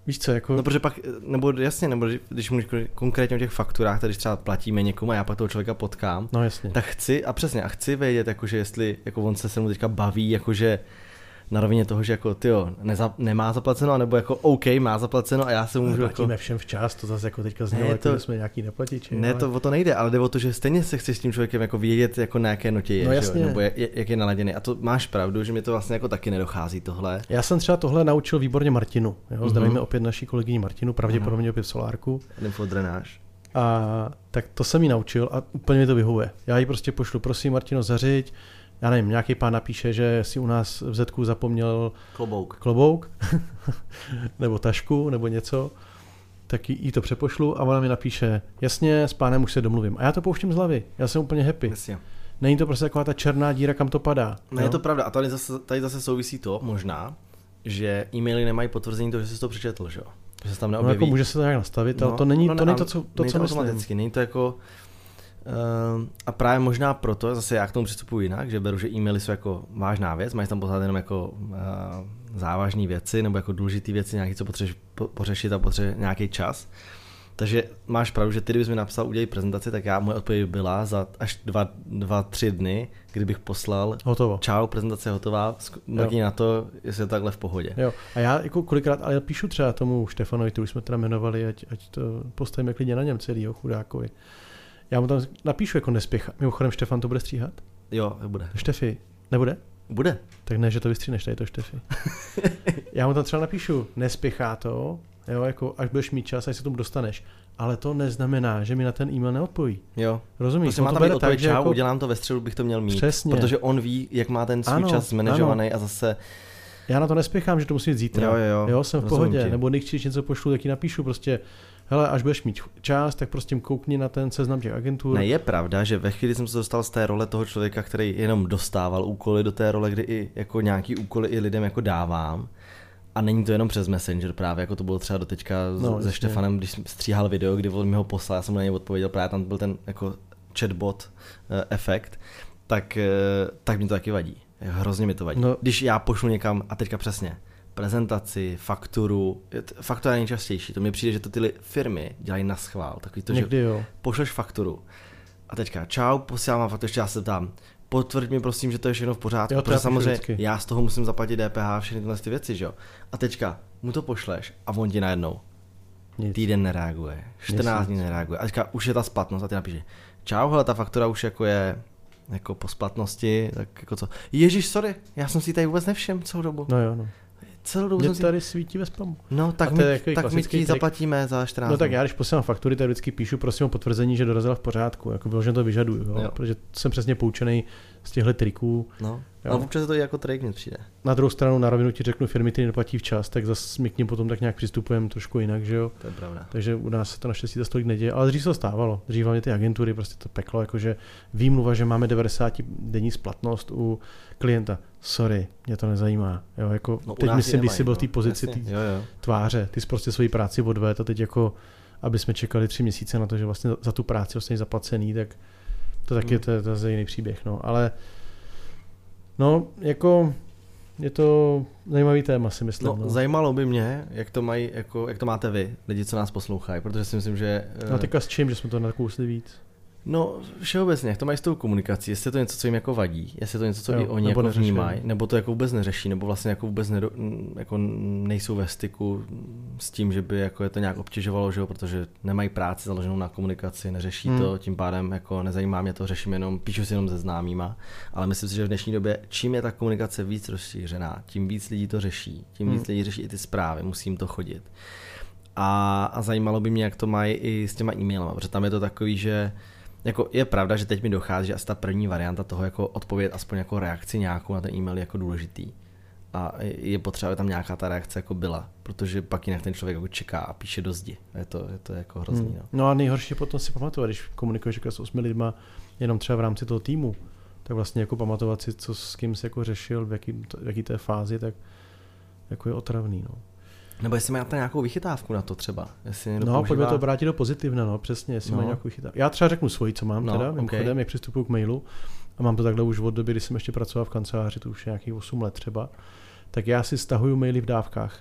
Víš co, jako... No protože pak, nebo jasně, nebo když mluvíš konkrétně o těch fakturách, když třeba platíme někomu a já pak toho člověka potkám, no jasně. Tak chci vědět, jakože jestli jako on se mnou teďka baví, jakože na rovině toho, že jako tyjo, nemá zaplaceno, nebo jako OK, má zaplaceno a já se můžu platíme všem včas, to zase jako teďka znělo, jako jsme nějaký neplatiči. Ne, to o to nejde, ale jde o to, že stejně se chceš s tím člověkem jako vědět, jako na jaké notě je, no, jasně. Nebo jak je naladěný. A to máš pravdu, že mi to vlastně jako taky nedochází tohle. Já jsem třeba tohle naučil výborně Martinu. Jo? Zdravíme opět naší kolegyni Martinu, pravděpodobně opět v Solárku. Lymfodrenáž. A tak to jsem jí naučil a úplně mi to vyhovuje. Já jí prostě pošlu, prosím Martino, zařiď. Já nevím, nějaký pán napíše, že si u nás v Zetku zapomněl klobouk nebo tašku, nebo něco, tak jí to přepošlu a ona mi napíše, jasně, s pánem už se domluvím. A já to pouštím z hlavy, já jsem úplně happy. Jasně. Není to prostě taková ta černá díra, kam to padá. No je to pravda. A tady zase souvisí to možná, že e-maily nemají potvrzení toho, že jsi to přečetl, že jo? Že se tam neobjeví. No jako může se to nějak nastavit, ale to není to, co automaticky, není to jako... a právě možná proto, zase já k tomu přistupuji jinak, že beru, že e-maily jsou jako vážná věc, máš tam pořád jenom jako závažné věci nebo jako důležité věci, nějaké, co potřebuješ pořešit a potřebuješ nějaký čas. Takže máš pravdu, že ty, kdybys mi napsal udělej prezentaci, tak moje odpověď byla za až 2-3 dny, kdybych poslal hotovo. Čau, prezentace je hotová, mrkni na to, jestli je to takhle v pohodě. Jo. A já jako kolikrát, ale já píšu třeba tomu Štefanovi, který už jsme teda jmenovali, ať to postavíme klidně na něm celýho chudákovi. Já mu tam napíšu jako nespěchá. Mimochodem Štefan to bude stříhat? Jo, bude. Štefi, nebude? Bude. Tak ne, že to vystříhneš, tady to Štefi. Já mu tam třeba napíšu, nespěchá to, jo, jako až budeš mít čas, až se tomu dostaneš. Ale to neznamená, že mi na ten e-mail neodpoví. Jo. Rozumíš? Prostě má tam být odpověď, čau, jako... udělám to ve středu, bych to měl mít. Přesně. Protože on ví, jak má ten svůj čas zmanažovaný a zase... Já na to nespěchám, že to musí jít zítra. Jo, jsem v pohodě. Nebo když něco pošlu, tak ji napíšu prostě, hele, až budeš mít čas, tak prostě koukni na ten seznam těch agentur. Ne, je pravda, že ve chvíli jsem se dostal z té role toho člověka, který jenom dostával úkoly, do té role, kdy i jako nějaký úkoly i lidem jako dávám. A není to jenom přes Messenger právě, jako to bylo třeba doteďka se Štefanem, když stříhal video, kdy on mi ho poslal, já jsem na něj odpověděl, právě tam byl ten jako chatbot efekt, tak mi to taky vadí. Hrozně mi to vadí. No. Když já pošlu někam, a teďka přesně, prezentaci, fakturu, faktura je nejčastější, to mi přijde, že to ty firmy dělají na schvál, takový to, někdy že jo. Pošleš fakturu a teďka čau, posílám vám fakturu, ještě já se tam, potvrď mi prosím, že to je všechno v pořádku, jo, protože samozřejmě já z toho musím zaplatit DPH, všechny tyhle ty věci, že jo. A teďka mu to pošleš a on ti najednou týden nereaguje, 14 dní nereaguje a teďka už je ta splatnost a ty napíše, čau, hele, ta faktura už jako je jako po splatnosti, tak jako co, ježiš, sorry, já jsem si tady vůbec nevšiml celou dobu. No jo, no. Celou dobu mě tady svítí ve spamu. No, tak my ti zaplatíme za 14. No tak já, když posílám faktury, tak vždycky píšu prosím o potvrzení, že dorazila v pořádku. Jako vyloženě to vyžaduju, jo? Protože jsem přesně poučený z těchto triků. No, ale občas to i jako trik mi přijde. Na druhou stranu na rovinu ti řeknu, firmy, které neplatí včas, tak zase my k nim potom tak nějak přistupujeme trošku jinak, že jo. To je pravda. Takže u nás se to naštěstí to tolik neděje, ale dřív se to stávalo. Dřív hlavně ty agentury, prostě to peklo, jakože výmluva, že máme 90 denní splatnost u klienta. Sorry, mě to nezajímá. Jo, jako teď myslím, když jsi byl v té pozici tváře, ty jsi prostě svoji práci odvedl a teď jako, aby jsme čekali 3 měsíce na to, že vlastně za tu práci vlastně zaplacený, tak to taky je jiný příběh, no, ale no, jako je to zajímavý téma, si myslím. No, zajímalo by mě, jak to mají, jako, jak to máte vy, lidi, co nás poslouchají, protože si myslím, že... No teďka s čím, že jsme to nakousli víc? No, všeobecně, jak to mají s tou komunikací, jestli je to něco, co jim jako vadí, jestli je to něco, co i oni jako vnímají, nebo to jako vůbec neřeší, nebo vlastně jako vůbec jako nejsou ve styku s tím, že by jako je to nějak obtěžovalo, že jo, protože nemají práci založenou na komunikaci, neřeší to, tím pádem jako nezajímá mě to, řeším jenom, píšu si jenom se známýma, ale myslím si, že v dnešní době, čím je ta komunikace víc rozšířená, tím víc lidí to řeší, tím víc lidí řeší i ty zprávy, musím to chodit. A zajímalo by mě, jak to mají i s těma e-mailama, protože tam je to takový, že jako je pravda, že teď mi dochází, že asi ta první varianta toho jako odpovědět aspoň jako reakci nějakou na ten e-mail je jako důležitý. A je potřeba, aby tam nějaká ta reakce jako byla, protože pak jinak ten člověk jako čeká a píše do zdi. Je to jako hrozný. No a nejhorší potom si pamatovat, když komunikuješ s 8 lidma jenom třeba v rámci toho týmu, tak vlastně jako pamatovat si, co s kým jsi jako řešil, v jaký té fázi, tak jako je otravný. No. Nebo jestli máte nějakou vychytávku na to třeba. No, pojďme to obrátit do pozitivna, no, přesně, jestli má nějakou vychytávku. Já třeba řeknu svoji, co mám mimochodem, jak přistupuju k mailu a mám to takhle už od doby, kdy jsem ještě pracoval v kanceláři, to už je nějakých 8 let třeba, tak já si stahuju maily v dávkách.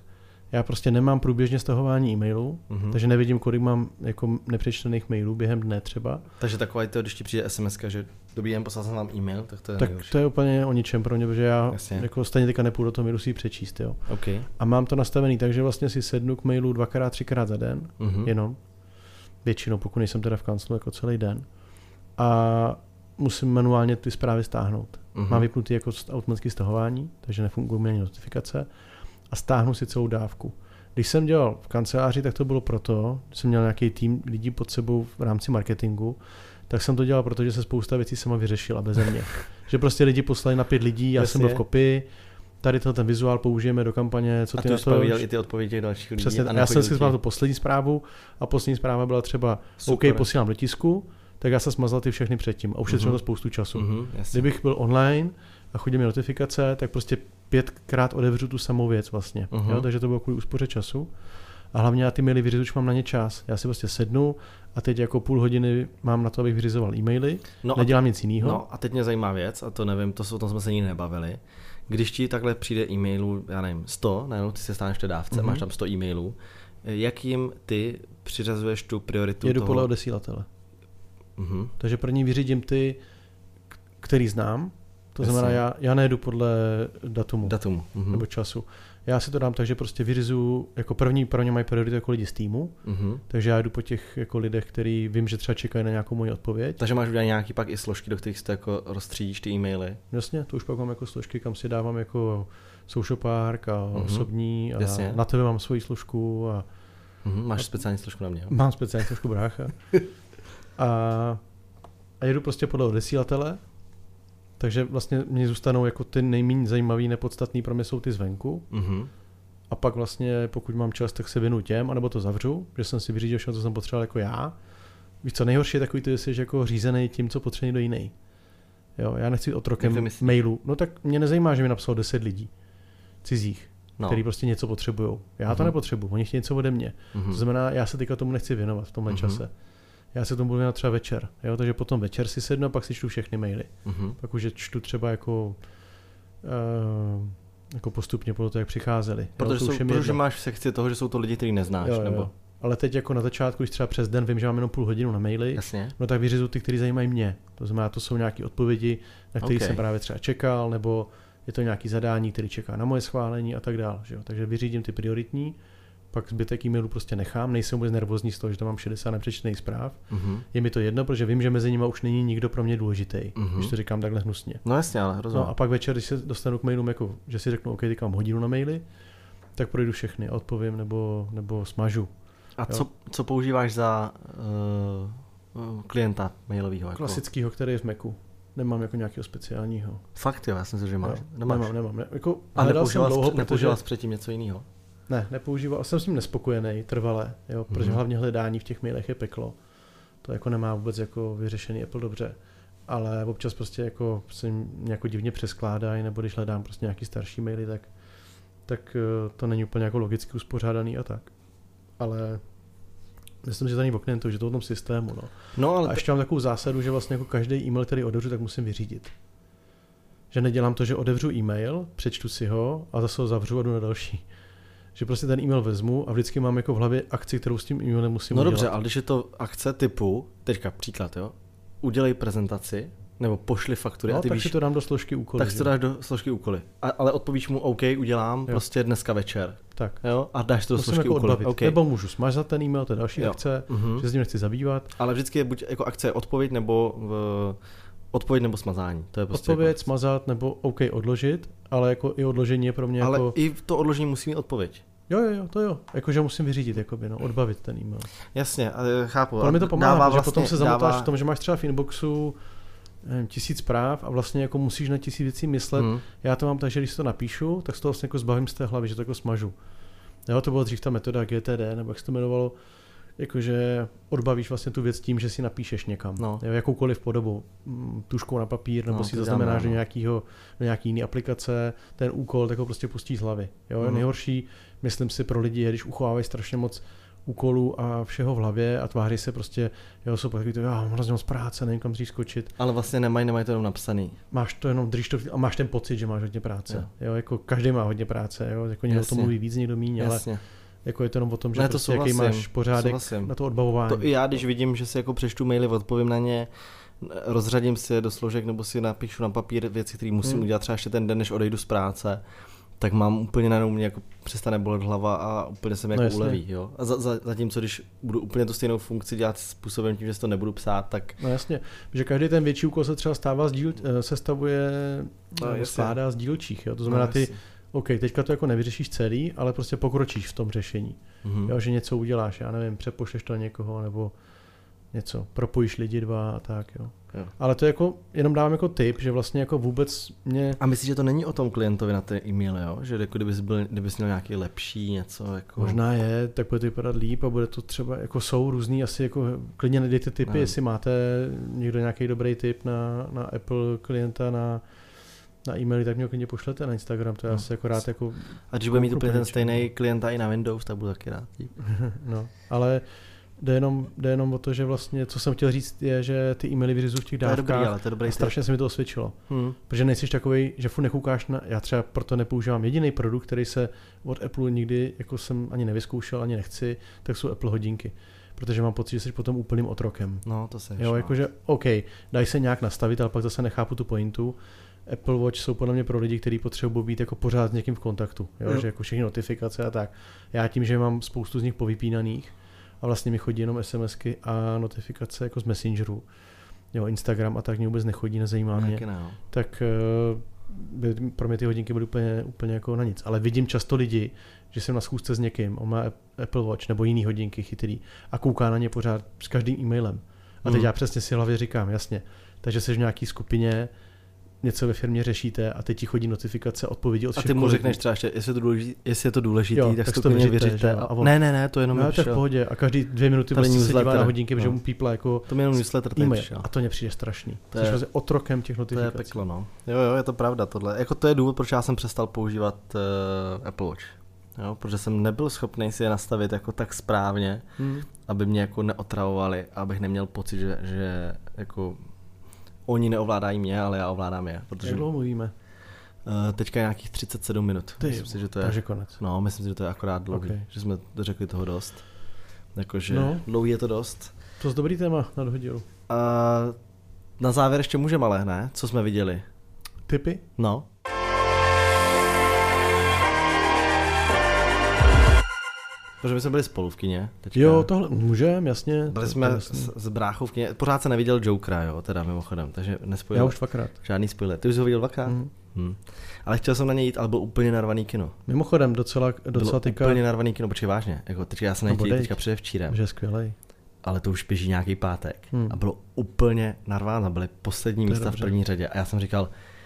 Já prostě nemám průběžně stahování e-mailů, takže nevidím, kolik mám jako nepřečtených mailů během dne třeba. Takže takové to, když ti přijde SMS-ka, že dobrý den, poslal jsem vám e-mail, tak to je nejhorší. To je úplně o ničem pro mě, protože já jako stejně teďka nepůjdu do toho mailu si ji přečíst. Jo. Okay. A mám to nastavený tak, že vlastně si sednu k mailu 2x, 3x za den, jenom. Většinou, pokud nejsem teda v kanclu jako celý den. A musím manuálně ty zprávy stáhnout. Mám vypnutý jako automatické stahování, takže nefungují mi ani notifikace. A stáhnu si celou dávku. Když jsem dělal v kanceláři, tak to bylo proto, že jsem měl nějaký tým lidí pod sebou v rámci marketingu, tak jsem to dělal, protože se spousta věcí sama vyřešila beze mě. Že prostě lidi poslali na 5 lidí, já jsem byl v kopii, tady ten vizuál použijeme do kampaně, co ty na to... A ty i ty odpovědi dalších lidí. Přesně, já jsem si smazal tu poslední zprávu a poslední zpráva byla třeba OK, posílám do tisku, tak já jsem smazal ty všechny předtím a ušetřil to spoustu času. Kdybych byl online a chodí mi notifikace, tak prostě 5krát otevřu tu samou věc vlastně. Jo? Takže to bylo kvůli úspoře času. A hlavně já ty maily vyřizuji, mám na ně čas. Já si prostě sednu a teď jako půl hodiny mám na to, abych vyřizoval e-maily. Nedělám nic jiného. No a teď mě zajímá věc, a to nevím, o tom jsme se nikdy nebavili. Když ti takhle přijde e-mailů, já nevím, 100, najednou ty se staneš v té dávce, máš tam 100 e-mailů, jak jim ty přiřazuješ tu prioritu Jedu toho? podle odesílatele. Takže první vyřídím ty, který znám. To znamená, já nejedu podle datumu. Nebo času. Já si to dám tak, že prostě vyřizuju, jako první pro ně mají prioritu jako lidi z týmu, takže já jdu po těch jako lidech, který vím, že třeba čekají na nějakou moji odpověď. Takže máš udělat nějaký pak i složky, do kterých si to jako rozstřídíš ty e-maily? Jasně, to už pak mám jako složky, kam si dávám jako social park a osobní a na tebe mám svoji složku. Máš speciální složku na mě? Mám speciální složku brácha. A jedu prostě podle odesílatele. Takže vlastně mě zůstanou jako ty nejméně zajímavý, nepodstatný pro mě jsou ty zvenku. A pak vlastně, pokud mám čas, tak se věnu těm, anebo to zavřu, že jsem si vyřídil všechno, co jsem potřeboval jako já. Víš co, nejhorší je takový, že jsi jako řízený tím, co potřebuje do jiný. Jo, já nechci otrokem mailu. No tak mě nezajímá, že mi napsalo 10 lidí cizích, který prostě něco potřebujou. Já to nepotřebuju, oni chtějí něco ode mě. To znamená, já se teďka tomu nechci věnovat v tomhle čase. Já se tomu budu věnovat třeba večer, jo? Takže potom večer si sednu a pak si čtu všechny maily. Pak už je čtu třeba jako postupně podle toho, jak přicházeli. Protože máš v sekci toho, že jsou to lidi, který neznáš. Jo. Nebo... Ale teď jako na začátku, když třeba přes den vím, že mám jenom půl hodinu na maily, no tak vyřizuju ty, který zajímají mě. To znamená, to jsou nějaké odpovědi, na které jsem právě třeba čekal, nebo je to nějaké zadání, které čeká na moje schválení a tak dále. Takže vyřídím ty prioritní. Pak zbytek e-mailu prostě nechám, nejsem vůbec nervózní z toho, že tam mám 60 nepřečtených zpráv. Je mi to jedno, protože vím, že mezi nimi už není nikdo pro mě důležitý, když to říkám takhle hnusně. No jasně, ale rozumím. No a pak večer, když se dostanu k mailům, jako, že si řeknu, OK, teď mám hodinu na maily, tak projdu všechny a odpovím nebo smažu. A co používáš za klienta mailového? Jako? Klasickýho, který je v Macu. Nemám jako nějakého speciálního. Fakt jo, já jsem si, že máš. Nemám. Jako, a nepoužíval jsi předtím něco jiného? Ne, nepoužíval. Jsem s tím nespokojený trvale, jo, protože hlavně hledání v těch mailech je peklo. To jako nemá vůbec jako vyřešený Apple dobře. Ale občas prostě jako se nějak divně přeskládají, nebo když hledám prostě nějaký starší maily, tak to není úplně jako logicky uspořádaný a tak. Ale myslím, že to není o klientu, že to o tom systému. No ale a ještě mám takovou zásadu, že vlastně jako každý e-mail, který otevřu, tak musím vyřídit. Že nedělám to, že otevřu e-mail, přečtu si ho a zase ho zavřu a jdu na další. Že prostě ten e-mail vezmu a vždycky mám jako v hlavě akci, kterou s tím e-mailem musím udělat. No dobře, ale když je to akce typu, teďka příklad, jo, udělej prezentaci, nebo pošli faktury a ty tak víš... si to dám do složky úkoly. Tak si to dáš do složky úkoly. Ale odpovíš mu, OK, udělám prostě dneska večer. Tak. Jo, a dáš to do složky jako úkoly. Okay. Nebo můžu smazat ten e-mail, to je další akce, že s ním nechci zabývat. Ale vždycky je buď jako akce odpověď nebo odpověď nebo smazání. To je prostě odpověď, jako... smazat nebo OK odložit, ale jako i odložení je pro mě ale jako... i to odložení musí mít odpověď. Jo, to jo. Jakože musím vyřídit, odbavit ten e-mail. Jasně, chápu. Ale mi to pomáhá, protože potom se zamotáš v tom, že máš třeba v inboxu 1000 zpráv a vlastně jako musíš na 1000 věcí myslet. Já to mám tak, že když to napíšu, tak z toho vlastně jako zbavím z té hlavy, že to jako smažu. Jo, to byla dřív ta metoda GTD, nebo jak se to jmenovalo, jakože odbavíš vlastně tu věc tím, že si napíšeš někam. Jo, jakoukoliv podobu, tuškou na papír, nebo si zaznamenáš do nějaký jiný aplikace, ten úkol, tak ho prostě pustíš z hlavy. Jo, nejhorší, myslím si, pro lidi je, když uchovávají strašně moc úkolů a všeho v hlavě a tváří se prostě, jo, jsou takový to, já mám hrozně moc práce, nevím kam dřív skočit. Ale vlastně nemají to jenom napsaný. Máš to jenom, držíš to a máš ten pocit, že máš hodně práce. Jo, jako každý má hodně práce, jo, jako někdo to mluví víc, někdo míň, ale jako je to jenom o tom, že prostě jaký máš pořádek na to odbavování. To i já, když vidím, že si jako přečtu maily, odpovím na ně, rozřadím si je do složek nebo si napíšu na papír věci, které musím udělat třeba ještě ten den, než odejdu z práce, tak mám úplně najednou mě jako přestane bolet hlava a úplně se mi jako uleví. Jo? A zatímco, když budu úplně tu stejnou funkci dělat způsobem tím, že si to nebudu psát, tak... No jasně, že každý ten větší úkol se třeba sestavuje, skládá z dílčích. Jo? To znamená, ty OK, teďka to jako nevyřešíš celý, ale prostě pokročíš v tom řešení. Jo, že něco uděláš, já nevím, přepošleš to na někoho, nebo něco, propojíš lidi dva a tak, jo. Ale to jako, jenom dávám jako tip, že vlastně jako vůbec mě... A myslíš, že to není o tom klientovi na ty e-maily, jo? Že jako kdybys měl nějaký lepší něco, jako... Možná je, tak bude to vypadat líp a bude to třeba, jako jsou různý, asi jako klidně nedejte tipy, jestli máte někdo nějaký dobrý tip na Apple klienta, na e-maily, tak mě klidně pošlete na Instagram, to je asi jako rád jako... A když bude mít úplně ten stejný klienta i na Windows, tak budu taky rád. No, ale jde jenom o to, že vlastně, co jsem chtěl říct, je, že ty e-maily vyřizují v těch dávkách a strašně se mi to osvědčilo. Protože nejsi takovej, že furt nekoukáš na... Já třeba proto nepoužívám jediný produkt, který se od Apple nikdy, jako jsem ani nevyzkoušel, ani nechci, tak jsou Apple hodinky. Protože mám pocit, že jsi potom úplným otrokem. No, to se jo, jakože OK, dají se nějak nastavit, ale pak zase nechápu tu pointu. Apple Watch jsou podle mě pro lidi, kteří potřebují být jako pořád s někým v kontaktu, jo? Že jako všechny notifikace a tak. Já tím, že mám spoustu z nich povypínaných a vlastně mi chodí jenom SMSky a notifikace jako z Messengeru, jo, Instagram a tak mě vůbec nechodí, nezajímá mě, tak pro mě ty hodinky byly úplně jako na nic. Ale vidím často lidi, že jsem na schůzce s někým, on má Apple Watch nebo jiný hodinky chytrý a kouká na ně pořád s každým e-mailem. A teď já přesně si v hlavě říkám, jasně, takže jsi v nějaký skupině, něco ve firmě řešíte a teď ti chodí notifikace, odpovědi od všech. A ty mu řekneš třeba ještě, jestli je to důležitý, jo, tak to vyřiďte. Ne, to jenom no, to je v pohodě. A každý 2 minuty prostě se dívá na hodinky, protože mu pípla jako to mi jenom newsletter e-mail. A to mě přijde strašný. Jsi vlastně otrokem těch notifikací. To je peklo, no. Jo, je to pravda tohle. Jako to je důvod, proč já jsem přestal používat Apple Watch. Jo, protože jsem nebyl schopný si je nastavit jako tak správně, aby mě jako neotravovali, abych neměl pocit, že jako oni neovládají mě, ale já ovládám je. Jak dlouho mluvíme? Teďka nějakých 37 minut. Myslím si, že to je. Takže konec. No, myslím si, že to je akorát dlouhý. Okay. Že jsme řekli toho dost. Jakože dlouhý je to dost. To je dobrý téma na dohodil. Na závěr ještě můžeme ale, ne? Co jsme viděli? Tipy? No. Protože my jsme byli spolu v kině. Teďka. Jo, tohle můžeme, jasně. Byli jsme s bráchou v kině. Pořád se neviděl Jokera, jo, teda mimochodem, takže nespojil. Já už 2krát. Žádný spoiler. Ty už ho viděl 2krát? Ale chtěl jsem na něj jít, ale byl úplně narvaný kino. Mimochodem, docela teďka... úplně narvaný kino, počkej vážně. Jako, teďka já jsem na něj teďka předevčírem. Že je skvělej. Ale to už běží nějaký pátek. A bylo úplně narváno, byly poslední místa v první řadě. A já jsem říkal,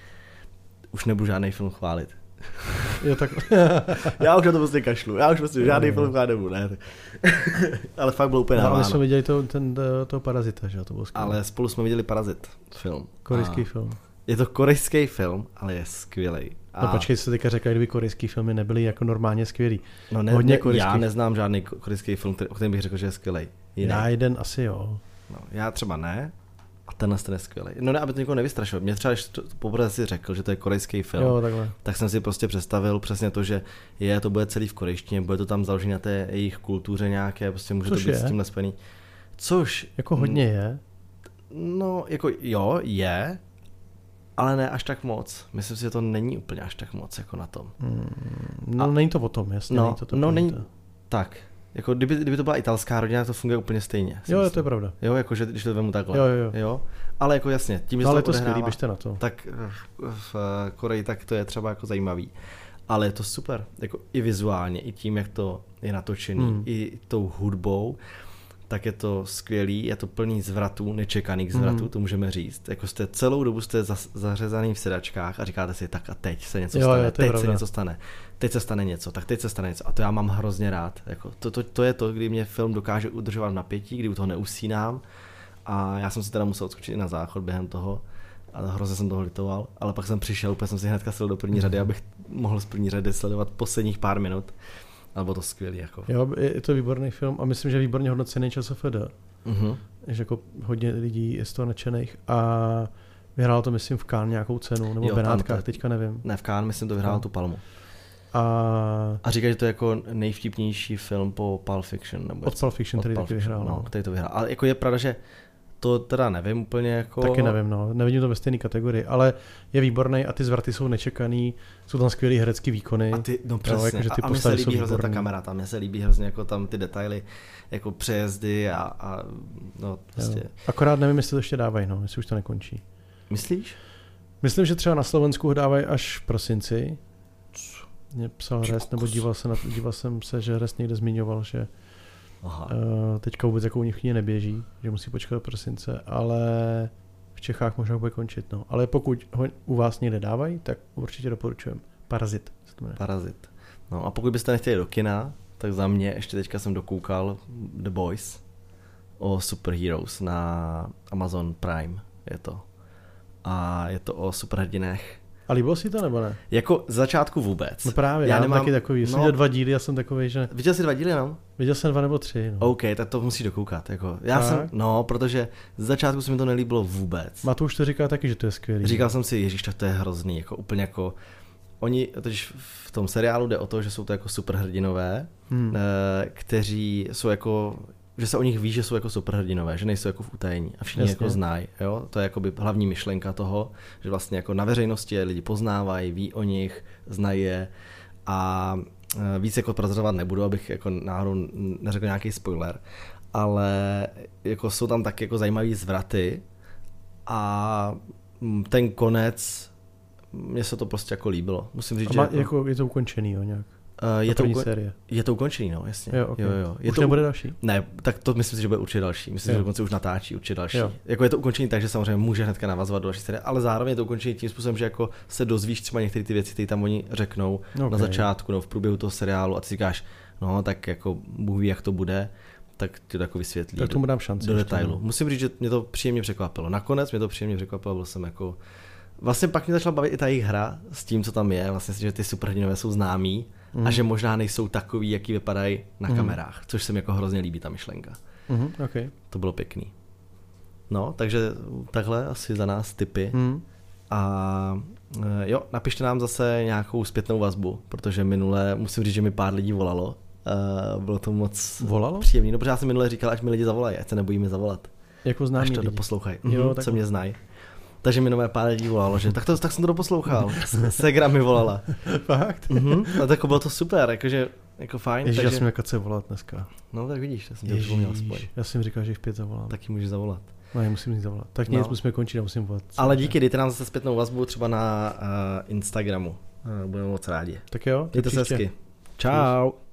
už nebudu žádný film chválit. Jo, tak... Já už na to prostě kašlu, já už prostě žádný film chválit nebudu, ne. Ale fakt bylo úplně narváno. Ale jsme viděli toho Parazita, že to bylo skvělé. Ale spolu jsme viděli Parazit film. Korejský film. Je to korejský film, ale je skvělej. No počkej, co teďka řekla, kdyby korejský filmy nebyly jako normálně skvělý. No já neznám žádný korejský film, o kterém bych řekl, že je skvělej. Já jeden asi jo. No, já třeba ne. A tenhle je skvělej. No ne, aby to někoho nevystrašil. Mě třeba, když poprvé si řekl, že to je korejský film, jo, tak jsem si prostě představil přesně to, že to bude celý v korejštině, bude to tam založené na té jejich kultuře nějaké, prostě může to být s tímhle spojený. Což... Jako hodně je. No, jako jo, je, ale ne až tak moc. Myslím si, že to není úplně až tak moc jako na tom. No, není to o tom, jasně. Není tak. Jako kdyby to byla italská rodina, to funguje úplně stejně. Jo, to je pravda. Jo, jako že když to vemu takhle. Jo. Ale jako jasně, tím, že ale to skvělý, běžte na to. Tak v Koreji tak to je třeba jako zajímavý. Ale je to super, jako i vizuálně, i tím, jak to je natočený, i tou hudbou, tak je to skvělý, je to plný zvratů, nečekaných zvratů, to můžeme říct. Jako celou dobu jste zařezaný v sedačkách a říkáte si, tak a teď se něco stane, teď se stane něco, tak teď se stane něco. A to já mám hrozně rád. Jako to je to, kdy mě film dokáže udržovat v napětí, kdy u toho neusínám. A já jsem si teda musel odskočit i na záchod během toho. A hrozně jsem toho litoval, ale pak jsem přišel, úplně jsem si hnedka sedl do první řady, abych mohl z první řady sledovat posledních pár minut. Ale bylo to skvělý. Jako. Jo, je to výborný film a myslím, že výborně hodnocený ČSFD. Že jako hodně lidí je z toho nadšených a vyhrálo to, myslím, v Cannes nějakou cenu, nebo v Benátkách, teďka nevím. Ne, v Cannes, myslím, to vyhrálo tu Palmu. A říkají, že to je jako nejvtipnější film po Pulp Fiction. Nebo od Pulp Fiction, který taky vyhrál. No, který to vyhrál. Ale jako je pravda, že to teda nevím úplně jako... Taky nevím, no. Nevidím to ve stejné kategorii, ale je výborný a ty zvraty jsou nečekaný, jsou tam skvělý herecký výkony. A ty, no přesně. Jako, že ty a mně se líbí hrozně ta kamera, tam mně se líbí hrozně jako tam ty detaily, jako přejezdy a no prostě. Jo. Akorát nevím, jestli to ještě dávají, no, jestli už to nekončí. Myslíš? Myslím, že třeba na Slovensku ho dávají až v prosinci. Mě psal Rest, nebo díval jsem se, že Rest někde zmiňoval, že teďka vůbec jako u nich neběží, že musí počkat do prosince, ale v Čechách možná bude končit. No. Ale pokud ho u vás někde dávají, tak určitě doporučujem. Parazit. Parazit. No a pokud byste nechtěli do kina, tak za mě ještě teďka jsem dokoukal The Boys o superheroes na Amazon Prime. Je to. A je to o superhrdinech. A líbilo si to, nebo ne? Jako z začátku vůbec. No právě, já nemám taky takový. Jsem viděl 2 díly, já jsem takový, že... Viděl jsi 2 díly, no? Viděl jsem 2 nebo 3, no. OK, tak to musí dokoukat. Jako. Protože z začátku se mi to nelíbilo vůbec. Matouš to říká taky, že to je skvělý. Říkal jsem si, ježiš, tak to je hrozný, jako úplně jako... Oni, totiž v tom seriálu jde o to, že jsou to jako superhrdinové, kteří jsou jako... že se o nich ví, že jsou jako superhrdinové, že nejsou jako v utajení a všichni jako znají, jo? To je jako by hlavní myšlenka toho, že vlastně jako na veřejnosti lidi poznávají, ví o nich, znají je a víc jako prozrazovat nebudu, abych jako náhodou neřekl nějaký spoiler, ale jako jsou tam taky jako zajímavý zvraty a ten konec, mně se to prostě jako líbilo. Musím říct, že jako je to ukončený, jo, nějak. Je to ukončený, no, jasně. Jo, okay. jo. Už nebude další? Ne, tak to myslím si, že bude určitě další. Myslím, že dokonce už natáčí určitě další. Jo. Jako je to ukončený tak, že samozřejmě může hnedka navazovat do další série, ale zároveň je to ukončený tím způsobem, že jako se dozvíš třeba některé ty věci, které tam oni řeknou na začátku, no, v průběhu toho seriálu a ty si říkáš, no tak jako Bůh ví, jak to bude, tak ti to jako vysvětlí. Tak tomu dám šanci. Do detailu. Musím říct, že mě to příjemně překvapilo. Nakonec mě to příjemně překvapilo, byl jsem jako... Vlastně pak mě začala bavit i ta jejich hra s tím, co tam je, vlastně, že ty superhrdinové jsou známí a že možná nejsou takový, jaký vypadají na kamerách, což se mi jako hrozně líbí, ta myšlenka. Okay. To bylo pěkný. No, takže takhle asi za nás tipy. A jo, napište nám zase nějakou zpětnou vazbu, protože minule, musím říct, že mi pár lidí volalo. Bylo to moc příjemný. No, protože já jsem minule říkal, až mi lidi zavolají, ať se nebojíme zavolat. Jako známí lidi. Až to doposlouchají, co mě znají. Takže mi nové pár lidí volalo, že tak jsem to doposlouchal. Segra mi volala. Fakt? A tak bylo to super, jakože jako fajn. Ježiš, takže... já jsem jak chce volat dneska. No tak vidíš, já jsem tě připomněl aspoň. Já jsem říkal, že jich 5 zavolám. Taky můžeš zavolat. No, já musím jich zavolat. Tak nic, musíme končit, musím volat. Ale díky, dejte nám zase zpětnou vazbu třeba na Instagramu. Budeme moc rádi. Tak jo. Mějte se hezky. Čau.